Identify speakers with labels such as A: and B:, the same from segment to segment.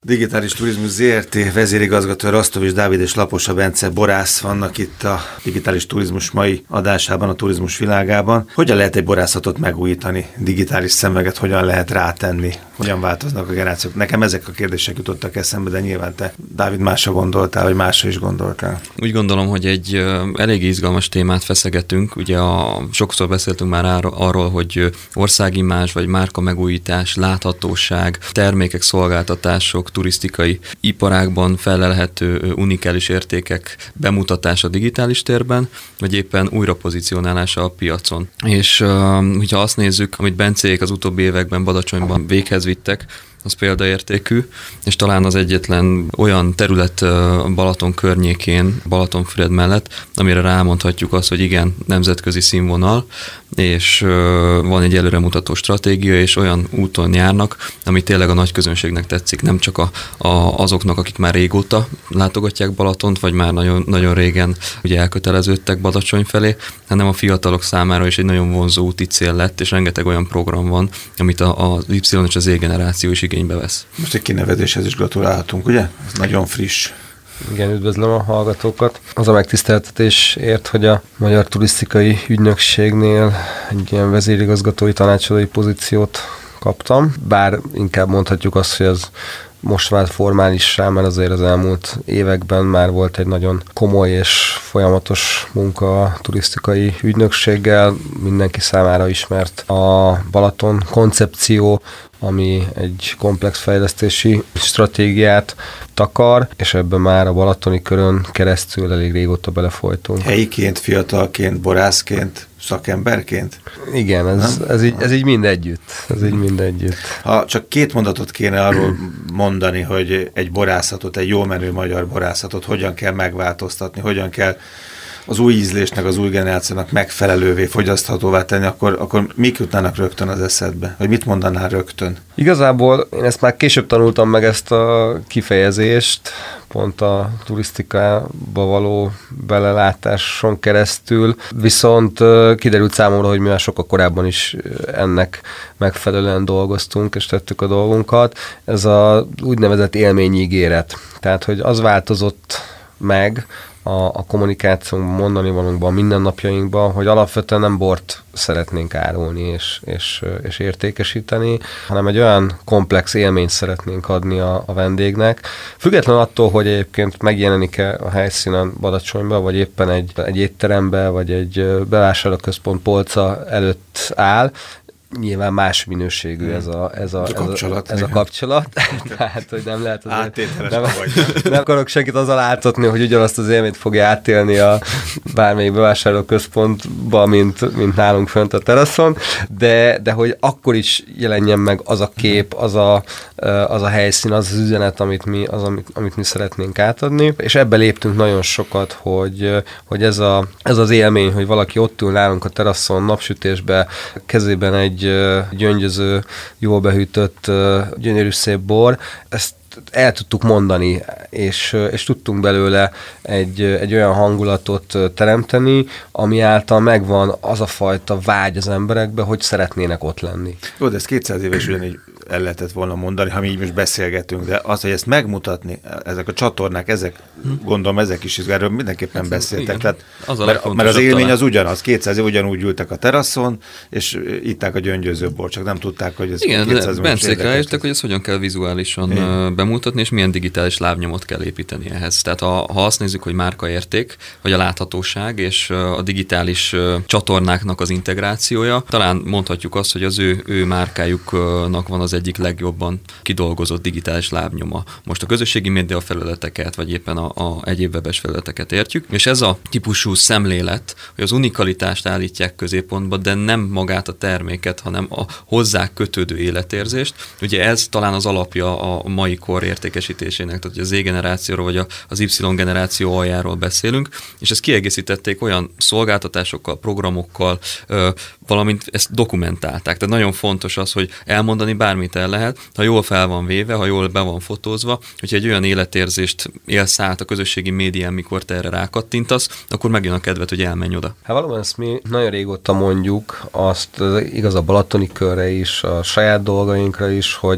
A: Digitális Turizmus ZRT vezérigazgató Rasztovics Dávid és Laposa Bence borász vannak itt a Digitális Turizmus mai adásában, a turizmus világában. Hogyan lehet egy borászatot megújítani, digitális szemüveget hogyan lehet rátenni, hogyan változnak a generációk? Nekem ezek a kérdések jutottak eszembe, de nyilván te, Dávid, másra gondoltál, vagy másra is gondoltál.
B: Úgy gondolom, hogy egy elég izgalmas témát feszegetünk. Ugye sokszor beszéltünk már arról, hogy országimázs vagy márka megújítás, láthatóság, termékek, szolgáltatások, turisztikai iparágban felelhető unikális értékek bemutatása digitális térben, vagy éppen újrapozícionálása a piacon. És hogyha azt nézzük, amit Bencék az utóbbi években Badacsonyban véghez vittek, az példaértékű, és talán az egyetlen olyan terület Balaton környékén, Balatonfüred mellett, amire rámondhatjuk azt, hogy igen, nemzetközi színvonal, és van egy előremutató stratégia, és olyan úton járnak, ami tényleg a nagy közönségnek tetszik, nem csak azoknak, akik már régóta látogatják Balatont, vagy már nagyon, nagyon régen ugye elköteleződtek Badacsony felé, hanem a fiatalok számára is egy nagyon vonzó úti cél lett, és rengeteg olyan program van, amit az Y és az Z generáció is igénybe vesz.
A: Most egy kinevezéshez is gratulálhatunk, ugye? Ez nagyon friss.
C: Igen, üdvözlöm a hallgatókat. Az a megtiszteltetés ért, hogy a Magyar Turisztikai Ügynökségnél egy ilyen vezérigazgatói tanácsadói pozíciót kaptam, bár inkább mondhatjuk azt, hogy az most vált formálissá, mert azért az elmúlt években már volt egy nagyon komoly és folyamatos munka a turisztikai ügynökséggel, mindenki számára ismert a Balaton koncepció, ami egy komplex fejlesztési stratégiát takar, és ebben már a balatoni körön keresztül elég régóta belefolytunk.
A: Helyiként, fiatalként, borászként, szakemberként?
C: Igen, ez így mind együtt. Ez így mind együtt.
A: Ha csak két mondatot kéne arról mondani, hogy egy borászatot, egy jól menő magyar borászatot hogyan kell megváltoztatni, hogyan kell az új ízlésnek, az új generációnak megfelelővé, fogyaszthatóvá tenni, akkor mik jutnának rögtön az eszedbe? Vagy mit mondanál rögtön?
C: Igazából én ezt már később tanultam meg, ezt a kifejezést, pont a turisztikába való belelátáson keresztül, viszont kiderült számomra, hogy mi már sokkal korábban is ennek megfelelően dolgoztunk, és tettük a dolgunkat. Ez az úgynevezett élményígéret. Tehát, hogy az változott meg a kommunikációnkban, mondani valónkban, mindennapjainkban, hogy alapvetően nem bort szeretnénk árulni és értékesíteni, hanem egy olyan komplex élményt szeretnénk adni a vendégnek. Függetlenül attól, hogy egyébként megjelenik-e a helyszínen Badacsonyba, vagy éppen egy étterembe, vagy egy bevásárlóközpont polca előtt áll, nyilván más minőségű ez a kapcsolat. Tehát, hogy nem lehet nem akarok senkit az alá áltatni, hogy ugyanazt az élményt fogja átélni a bármelyik bevásárlóközpontban, mint nálunk fönt a teraszon, de hogy akkor is jelenjen meg az a kép, az a helyszín, az üzenet, amit mi szeretnénk átadni, és ebbe léptünk nagyon sokat, hogy ez az élmény, hogy valaki ott ül nálunk a teraszon napsütésbe, kezében egy gyöngyöző, jól behűtött, gyönyörű szép bor, ezt el tudtuk mondani, és tudtunk belőle egy olyan hangulatot teremteni, ami által megvan az a fajta vágy az emberekbe, hogy szeretnének ott lenni.
A: Jó, de ezt 200 éves ugyanígy el lehetett volna mondani, ha mi így most beszélgetünk, de az, hogy ezt megmutatni, ezek a csatornák, gondolom ezek is, erről mindenképpen beszéltek. Tehát, mert az élmény az ugyanaz, 200 év ugyanúgy ültek a teraszon, és itták a gyöngyöző bort, csak nem tudták, hogy ez 200 éves. Igen,
B: Bencék rájöttek, hogy ezt hogyan kell vizuálisan bemutatni, és milyen digitális lábnyomot kell építeni ehhez. Tehát ha azt nézzük, hogy márkaérték, vagy a láthatóság, és a digitális csatornáknak az integrációja, talán mondhatjuk azt, hogy az ő márkájuknak van az egyik legjobban kidolgozott digitális lábnyoma. Most a közösségi média felületeket, vagy éppen a egyéb webes felületeket értjük, és ez a típusú szemlélet, hogy az unikalitást állítják középpontba, de nem magát a terméket, hanem a hozzá kötődő életérzést. Ugye ez talán az alapja a mai kor értékesítésének, tehát hogy a Z generációról, vagy az Y generáció aljáról beszélünk, és ezt kiegészítették olyan szolgáltatásokkal, programokkal, valamint ezt dokumentálták. Tehát nagyon fontos az, hogy elmondani bármit el lehet, ha jól fel van véve, ha jól be van fotózva, hogyha egy olyan életérzést élsz át a közösségi médián, mikor te erre rákattintasz, akkor megjön a kedved, hogy elmenj oda.
C: Hát valóban ezt mi nagyon régóta mondjuk, azt igaz a balatoni körre is, a saját dolgainkra is,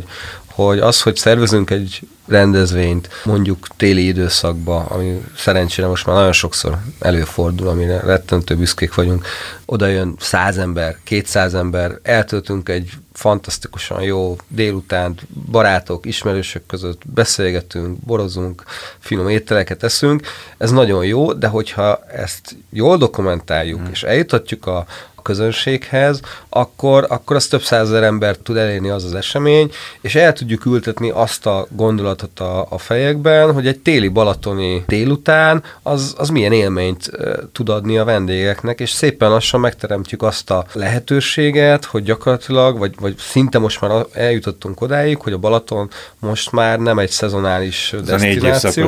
C: hogy szervezünk egy rendezvényt, mondjuk téli időszakban, ami szerencsére most már nagyon sokszor előfordul, amire rettentő büszkék vagyunk, oda jön 100 ember, 200 ember, eltöltünk egy fantasztikusan jó délutánt, barátok, ismerősök között beszélgetünk, borozunk, finom ételeket eszünk, ez nagyon jó, de hogyha ezt jól dokumentáljuk, és eljutatjuk a közönséghez, akkor az több százezer ember tud elérni az esemény, és el tudjuk ültetni azt a gondolatot a fejekben, hogy egy téli balatoni délután az milyen élményt tud adni a vendégeknek, és szépen lassan megteremtjük azt a lehetőséget, hogy gyakorlatilag, vagy szinte most már eljutottunk odáig, hogy a Balaton most már nem egy szezonális desztináció.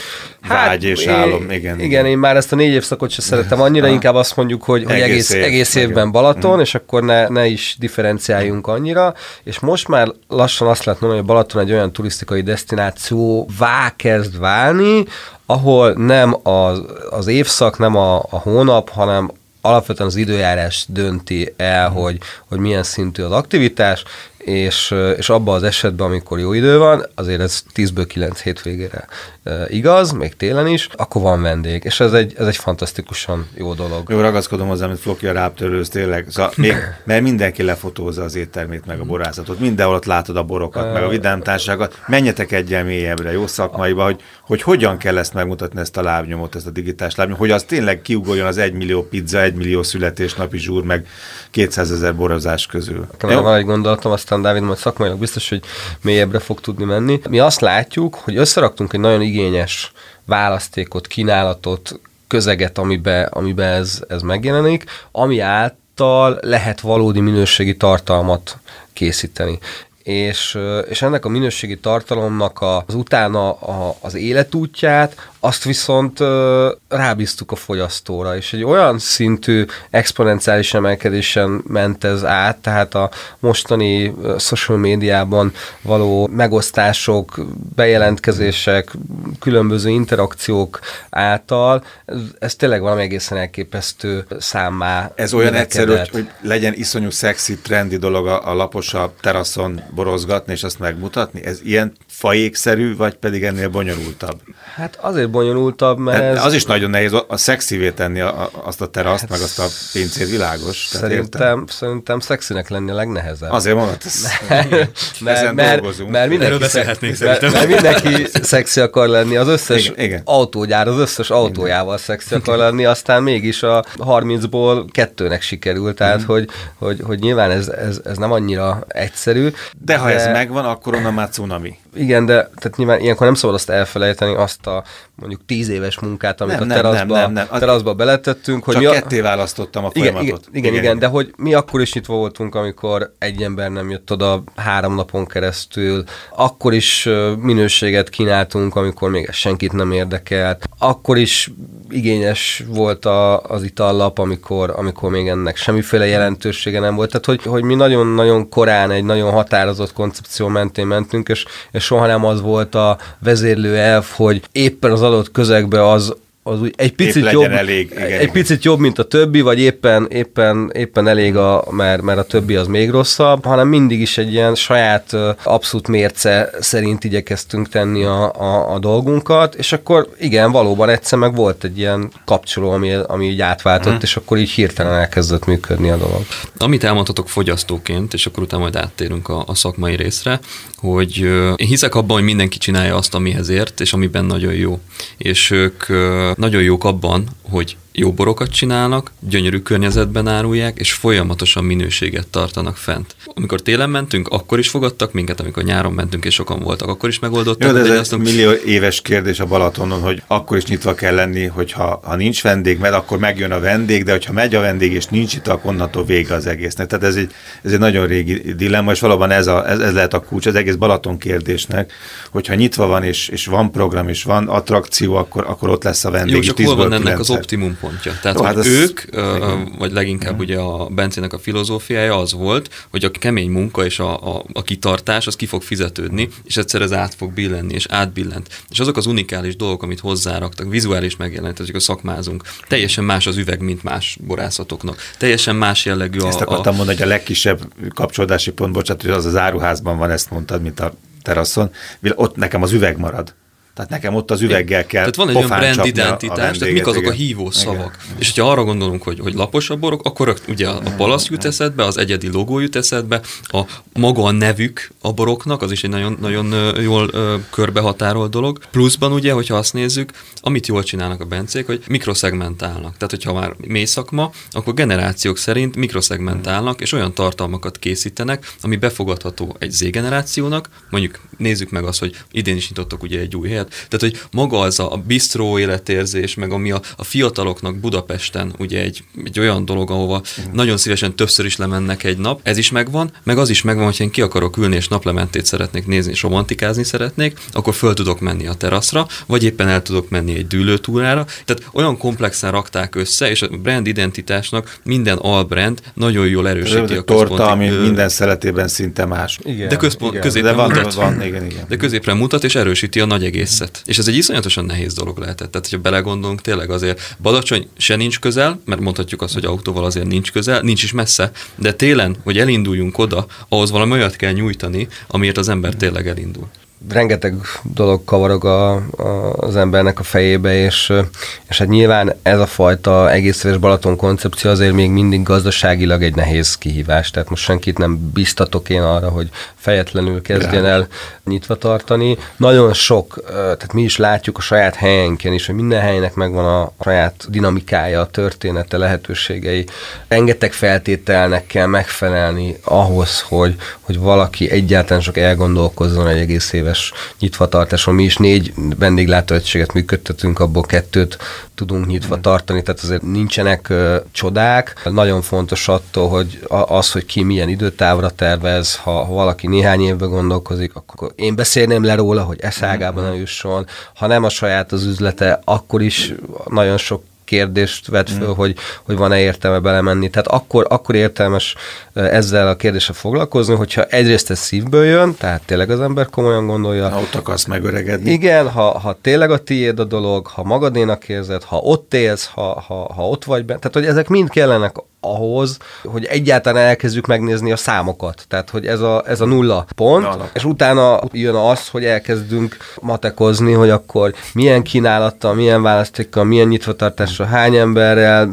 A: Vágy és álom, igen.
C: Igen, én már ezt a 4 évszakot sem szeretem annyira, inkább azt mondjuk, hogy egész évben Balaton, és akkor ne is differenciáljunk annyira, és most már lassan azt lehet mondani, hogy Balaton egy olyan turisztikai desztinációvá kezd válni, ahol nem az évszak, nem a hónap, hanem alapvetően az időjárás dönti el, hogy milyen szintű az aktivitás, és abban az esetben, amikor jó idő van, azért ez 10-ből 9 hétvégére igaz, még télen is, akkor van vendég, és ez egy fantasztikusan jó dolog.
A: Jó, ragaszkodom hozzá, mint Floki a ráptörőz, tényleg, szóval mert mindenki lefotózza az éttermét, meg a borászatot, mindenhol ott látod a borokat, meg a vidámtárságot, menjetek egyen mélyebbre, jó szakmaiba, hogy hogyan kell ezt megmutatni, ezt a lábnyomot, ezt a digitális lábnyomot, hogy az tényleg kiugoljon az 1 millió pizza, 1 millió születésnapi zsúr, meg 200 000 borozás közül.
C: Van egy gondolatom, aztán Dávid majd szakmailag biztos, hogy mélyebbre fog tudni menni. Mi azt látjuk, hogy összeraktunk egy nagyon igényes választékot, kínálatot, közeget, amiben ez megjelenik, ami által lehet valódi minőségi tartalmat készíteni. És ennek a minőségi tartalomnak az utána az életútját, azt viszont rábíztuk a fogyasztóra, és egy olyan szintű exponenciális emelkedésen ment ez át, tehát a mostani social médiában való megosztások, bejelentkezések, különböző interakciók által, ez tényleg valami egészen elképesztő számmá.
A: Ez olyan egyszerű, hogy legyen iszonyú szexi, trendi dolog a laposabb teraszon borozgatni, és azt megmutatni? Ez ilyen fajékszerű, vagy pedig ennél bonyolultabb?
C: Hát azért bonyolultabb, mert
A: az is nagyon nehéz a szexivé tenni azt a teraszt, meg azt a pincét, világos.
C: Szerintem szexinek lenni a legnehezebb.
A: Azért mondod, ezen dolgozunk.
C: Mert mindenki szexi akar lenni, az összes autógyár, az összes autójával szexi akar lenni, aztán mégis a 30-ból 2-nek sikerült, tehát hogy nyilván ez nem annyira egyszerű.
A: De ha ez megvan, akkor onnan már cunami.
C: Igen, de tehát nyilván ilyenkor nem szabad azt elfelejteni, azt a mondjuk 10 éves munkát, amit teraszba beletettünk.
A: Hogy csak ketté választottam a folyamatot.
C: Igen, de hogy mi akkor is nyitva voltunk, amikor egy ember nem jött oda 3 napon keresztül, akkor is minőséget kínáltunk, amikor még senkit nem érdekelt, akkor is igényes volt az itallap, amikor még ennek semmiféle jelentősége nem volt. Tehát, hogy mi nagyon-nagyon korán egy nagyon határozott koncepció mentén mentünk, és soha nem az volt a vezérlő elv, hogy éppen az adott közegben az úgy egy picit jobb, mint a többi, vagy éppen elég, mert a többi az még rosszabb, hanem mindig is egy ilyen saját abszolút mérce szerint igyekeztünk tenni a dolgunkat, és akkor igen, valóban egyszer meg volt egy ilyen kapcsoló, ami így átváltott, és akkor így hirtelen elkezdett működni a dolog.
B: Amit elmondhatok fogyasztóként, és akkor utána majd áttérünk a szakmai részre, hogy én hiszek abban, hogy mindenki csinálja azt, amihez ért, és amiben nagyon jó. És ők nagyon jók abban, hogy jó borokat csinálnak, gyönyörű környezetben árulják, és folyamatosan minőséget tartanak fent. Amikor télen mentünk, akkor is fogadtak minket, amikor nyáron mentünk, és sokan voltak, akkor is megoldottak.
A: Jó, de ez egy millió éves kérdés a Balatonon, hogy akkor is nyitva kell lenni, hogyha nincs vendég, mert akkor megjön a vendég, de hogyha megy a vendég, és nincs itt, akkor onnantól vége az egésznek. Tehát ez egy nagyon régi dilemma, és valóban ez lehet a kulcs az egész Balaton kérdésnek, hogyha nyitva van, és van program, és van attrakció, akkor ott lesz a vendég.
B: Jó, csak hol van ennek az optimum pontja? Tehát, hogy ők, vagy leginkább ugye a Bencének a filozófiája az volt, hogy a kemény munka és a kitartás, az ki fog fizetődni, és egyszer ez át fog billenni, és átbillent. És azok az unikális dolgok, amit hozzáraktak, vizuális megjelenítések, a szakmázunk, teljesen más az üveg, mint más borászatoknak. Teljesen más jellegű
A: Ezt akartam mondani, hogy a legkisebb kapcsolódási pont, bocsánat, hogy az áruházban van, ezt mondtad, mint a teraszon, ott nekem az üveg marad. Tehát nekem ott az üveggel kell.
B: Tehát van egy olyan brand identitás, tehát mik azok a hívó szavak. És hogyha arra gondolunk, hogy laposabb borok, akkor ugye a palasz jut eszedbe, az egyedi logó jut eszedbe, a maga a nevük a boroknak, az is egy nagyon, nagyon jól körbehatárolt dolog. Pluszban ugye, hogyha azt nézzük, amit jól csinálnak a bencék, hogy mikroszegmentálnak. Tehát, hogyha már mély szakma, akkor generációk szerint mikroszegmentálnak, és olyan tartalmakat készítenek, ami befogadható egy Z-generációnak. Mondjuk nézzük meg azt, hogy idén is nyitottak ugye egy új helyet. Tehát, hogy maga az a bistró életérzés, meg ami a fiataloknak Budapesten ugye egy olyan dolog, ahova nagyon szívesen többször is lemennek egy nap, ez is megvan, meg az is megvan, hogyha én ki akarok ülni, és naplementét szeretnék nézni, és romantikázni szeretnék, akkor föl tudok menni a teraszra, vagy éppen el tudok menni egy dűlőtúrára. Tehát olyan komplexen rakták össze, és a brand identitásnak minden albrand nagyon jól erősíti a központi...
A: Torta, ami minden szeletében szinte más.
B: Igen, de középen mutat. Igen. De középre mutat, és erősíti a nagy egészet. És ez egy iszonyatosan nehéz dolog lehetett. Tehát, hogyha belegondolunk, tényleg azért Badacsony se nincs közel, mert mondhatjuk azt, hogy autóval azért nincs közel, nincs is messze, de télen, hogy elinduljunk oda, ahhoz valami olyat kell nyújtani, amiért az ember tényleg elindul.
C: Rengeteg dolog kavarog az embernek a fejébe, és hát nyilván ez a fajta egészéves Balaton koncepció azért még mindig gazdaságilag egy nehéz kihívás. Tehát most senkit nem biztatok én arra, hogy fejetlenül kezdjen el nyitva tartani. Nagyon sok, tehát mi is látjuk a saját helyenken is, hogy minden helynek megvan a saját dinamikája, a története, lehetőségei. Rengeteg feltételnek kell megfelelni ahhoz, hogy valaki egyáltalán csak elgondolkozzon egy egész éves nyitvatartáson. Mi is 4 vendéglátóegységet működtetünk, abból 2 tudunk nyitva tartani, tehát azért nincsenek csodák. Nagyon fontos attól, hogy hogy ki milyen időtávra tervez, ha valaki néhány évbe gondolkozik, akkor én beszélném le róla, hogy eszágában ne jusson. Ha nem a saját az üzlete, akkor is nagyon sok kérdést vet föl, hogy van-e értelme belemenni. Tehát akkor értelmes ezzel a kérdéssel foglalkozni, hogyha egyrészt ez szívből jön, tehát tényleg az ember komolyan gondolja.
A: Ha ott akarsz megöregedni.
C: Igen, ha tényleg a tiéd a dolog, ha magadénak érzed, ha ott élsz, ha ott vagy benne. Tehát, hogy ezek mind kellenek ahhoz, hogy egyáltalán elkezdjük megnézni a számokat. Tehát, hogy ez a nulla pont, és utána jön az, hogy elkezdünk matekozni, hogy akkor milyen kínálattal, milyen választékkal, milyen nyitvatartással, hány emberrel,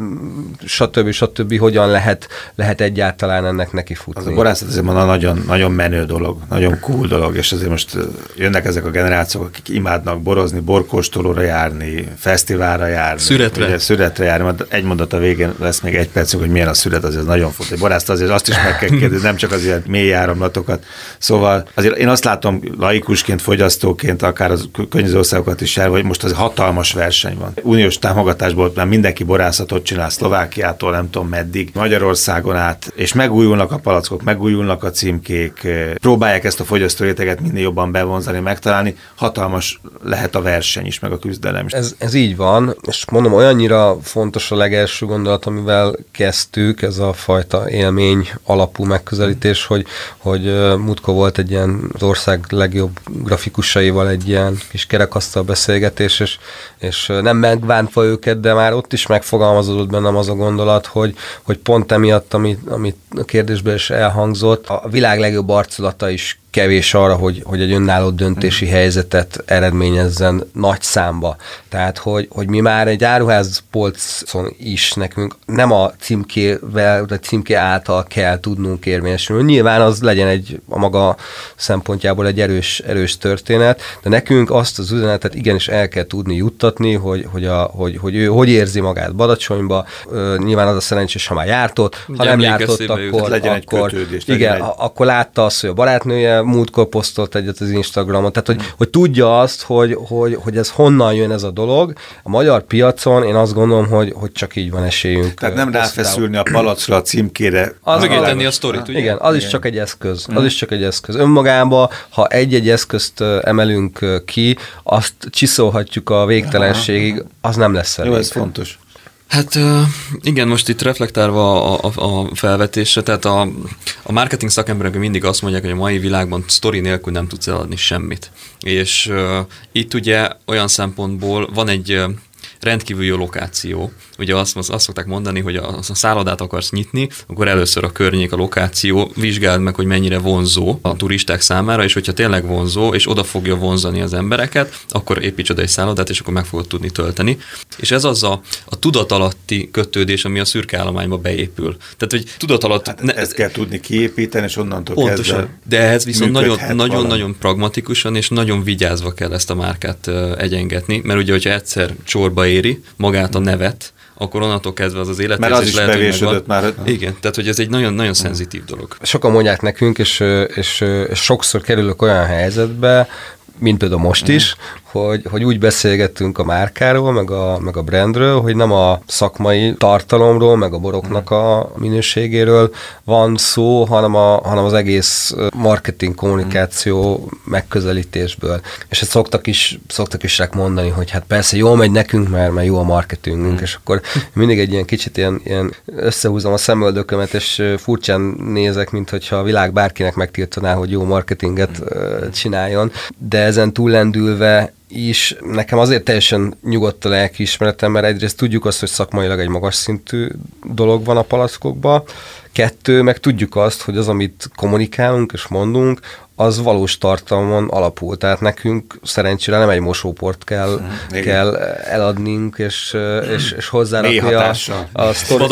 C: stb. Hogyan lehet egyáltalán ennek neki futni.
A: Az a borászat azért nagyon, nagyon menő dolog, nagyon cool dolog, és azért most jönnek ezek a generációk, akik imádnak borozni, borkóstolóra járni, fesztiválra járni. Szüretre járni, majd egy mondat a végén lesz még egy percünk, hogy milyen a szület, azért nagyon fontos. Borászt azért azt is meg kell kérdezni, nem csak az ilyen mély áramlatokat. Szóval azért én azt látom laikusként, fogyasztóként, akár az környező országokat is jár, hogy most az hatalmas verseny van. Uniós támogatásból már mindenki borászatot csinál, Szlovákiától nem tudom meddig, Magyarországon át, és megújulnak a palackok, megújulnak a címkék, próbálják ezt a fogyasztóréteget minél jobban bevonzani, megtalálni. Hatalmas lehet a verseny is, meg a küzdelem is. Ez
C: így van, és mondom, olyannyira fontos a legelső gondolat, amivel kezdtük, ez a fajta élmény alapú megközelítés, hogy múltkor volt egy ilyen az ország legjobb grafikusaival egy ilyen kis kerekasztal beszélgetés, és nem megvántva őket, de már ott is megfogalmazódott bennem az a gondolat, hogy pont emiatt, amit a kérdésben is elhangzott, a világ legjobb arculata is kevés arra, hogy egy önálló döntési helyzetet eredményezzen nagy számba. Tehát, hogy mi már egy áruházpolcon is nekünk nem a címkével, vagy címké által kell tudnunk érvényesülni. Nyilván az legyen a maga szempontjából egy erős történet, de nekünk azt az üzenetet igenis el kell tudni juttatni, hogy ő hogy érzi magát Badacsonyba. Nyilván az a szerencsés, ha már járt ott, ha nem járt ott, akkor igen, akkor látta azt, hogy a barátnője múltkor posztolt egyet az Instagramon, tehát hogy tudja azt, hogy ez honnan jön ez a dolog. A magyar piacon én azt gondolom, hogy csak így van esélyünk.
A: Tehát nem ráfeszülni a palacra, a címkére.
B: Mögé tenni a sztorit, ugye?
C: Igen, az is csak egy eszköz. Az is csak egy eszköz. Önmagában, ha egy-egy eszközt emelünk ki, azt csiszolhatjuk a végtelenségig, az nem lesz elég.
A: Jó, ez fontos.
B: Hát igen, most itt reflektálva a felvetésre, tehát a marketing szakemberek mindig azt mondják, hogy a mai világban sztori nélkül nem tudsz eladni semmit. És itt ugye olyan szempontból van egy rendkívül jó lokáció. Ugye azt szokták mondani, hogy a szállodát akarsz nyitni, akkor először a környék, a lokáció, vizsgáld meg, hogy mennyire vonzó a turisták számára, és hogyha tényleg vonzó, és oda fogja vonzani az embereket, akkor építs oda egy szállodát, és akkor meg fogod tudni tölteni. És ez az a tudatalatti kötődés, ami a szürke állományba beépül. Tehát, hogy tudatalatt...
A: ezt kell tudni kiépíteni, és onnantól
B: pontosan.
A: kezdve
B: De ehhez viszont
A: nagyon
B: pragmatikusan és nagyon vigyázva kell ezt a márkát egyengetni, mert ugye, hogyha egyszer csorba éri magát a nevet, akkor onnantól kezdve az életérzés
A: mert az is
B: lehet,
A: bevésődött már.
B: Igen, tehát hogy ez egy nagyon szenzitív dolog.
C: Sokan mondják nekünk, és sokszor kerülök olyan helyzetbe, mint például most is, hogy úgy beszélgettünk a márkáról, meg a brandről, hogy nem a szakmai tartalomról, meg a boroknak a minőségéről van szó, hanem az egész marketing kommunikáció megközelítésből. És ezt szoktak is mondani, hogy hát persze jól megy nekünk, mert jó a marketingünk, és akkor mindig egy ilyen kicsit ilyen összehúzom a szemöldökömet, és furcsán nézek, mint hogyha a világ bárkinek megtiltaná, hogy jó marketinget csináljon, de ezen túllendülve is nekem azért teljesen nyugodt a lelkiismeretem, mert egyrészt tudjuk azt, hogy szakmailag egy magas szintű dolog van a palackokban, 2, meg tudjuk azt, hogy az, amit kommunikálunk és mondunk, az valós tartalmon alapul. Tehát nekünk szerencsére nem egy mosóport kell eladnunk, és hozzárakni a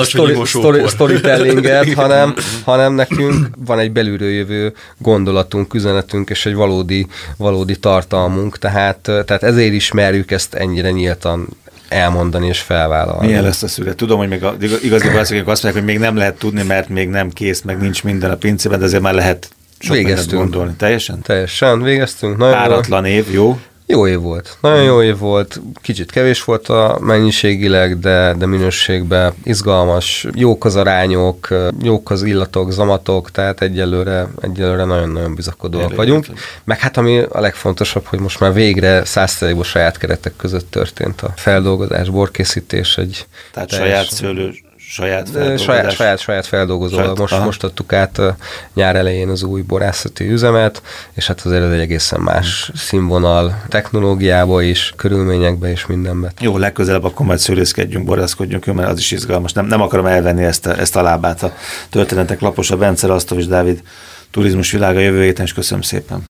C: storytellinget, hanem nekünk van egy belülről jövő gondolatunk, üzenetünk, és egy valódi tartalmunk. Tehát ezért ismerjük ezt ennyire nyíltan elmondani és felvállalni.
A: Milyen lesz a szület? Tudom, hogy még igazából azt mondják, hogy még nem lehet tudni, mert még nem kész, meg nincs minden a pincében, de azért már lehet sok mindent gondolni. Teljesen?
C: Teljesen, végeztünk.
A: Páratlan év, jó?
C: Jó év volt. Nagyon jó év volt. Kicsit kevés volt a mennyiségileg, de minőségben izgalmas. Jók az arányok, jók az illatok, zamatok, tehát egyelőre nagyon-nagyon bizakodóak vagyunk. Meg hát ami a legfontosabb, hogy most már végre 100%-ban saját keretek között történt a feldolgozás, borkészítés.
A: Tehát saját szőlő, saját
C: feldolgozóval. Most adtuk át nyár elején az új borászati üzemet, és hát azért ez egy egészen más színvonal technológiába is, körülményekbe és mindenbe.
A: Jó, legközelebb akkor majd szőlészkedjünk, borászkodjunk, mert az is izgalmas. Nem akarom elvenni ezt a lábát a történetek Laposa Bence, Rasztovics Dávid turizmus világa jövő héten, és köszönöm szépen.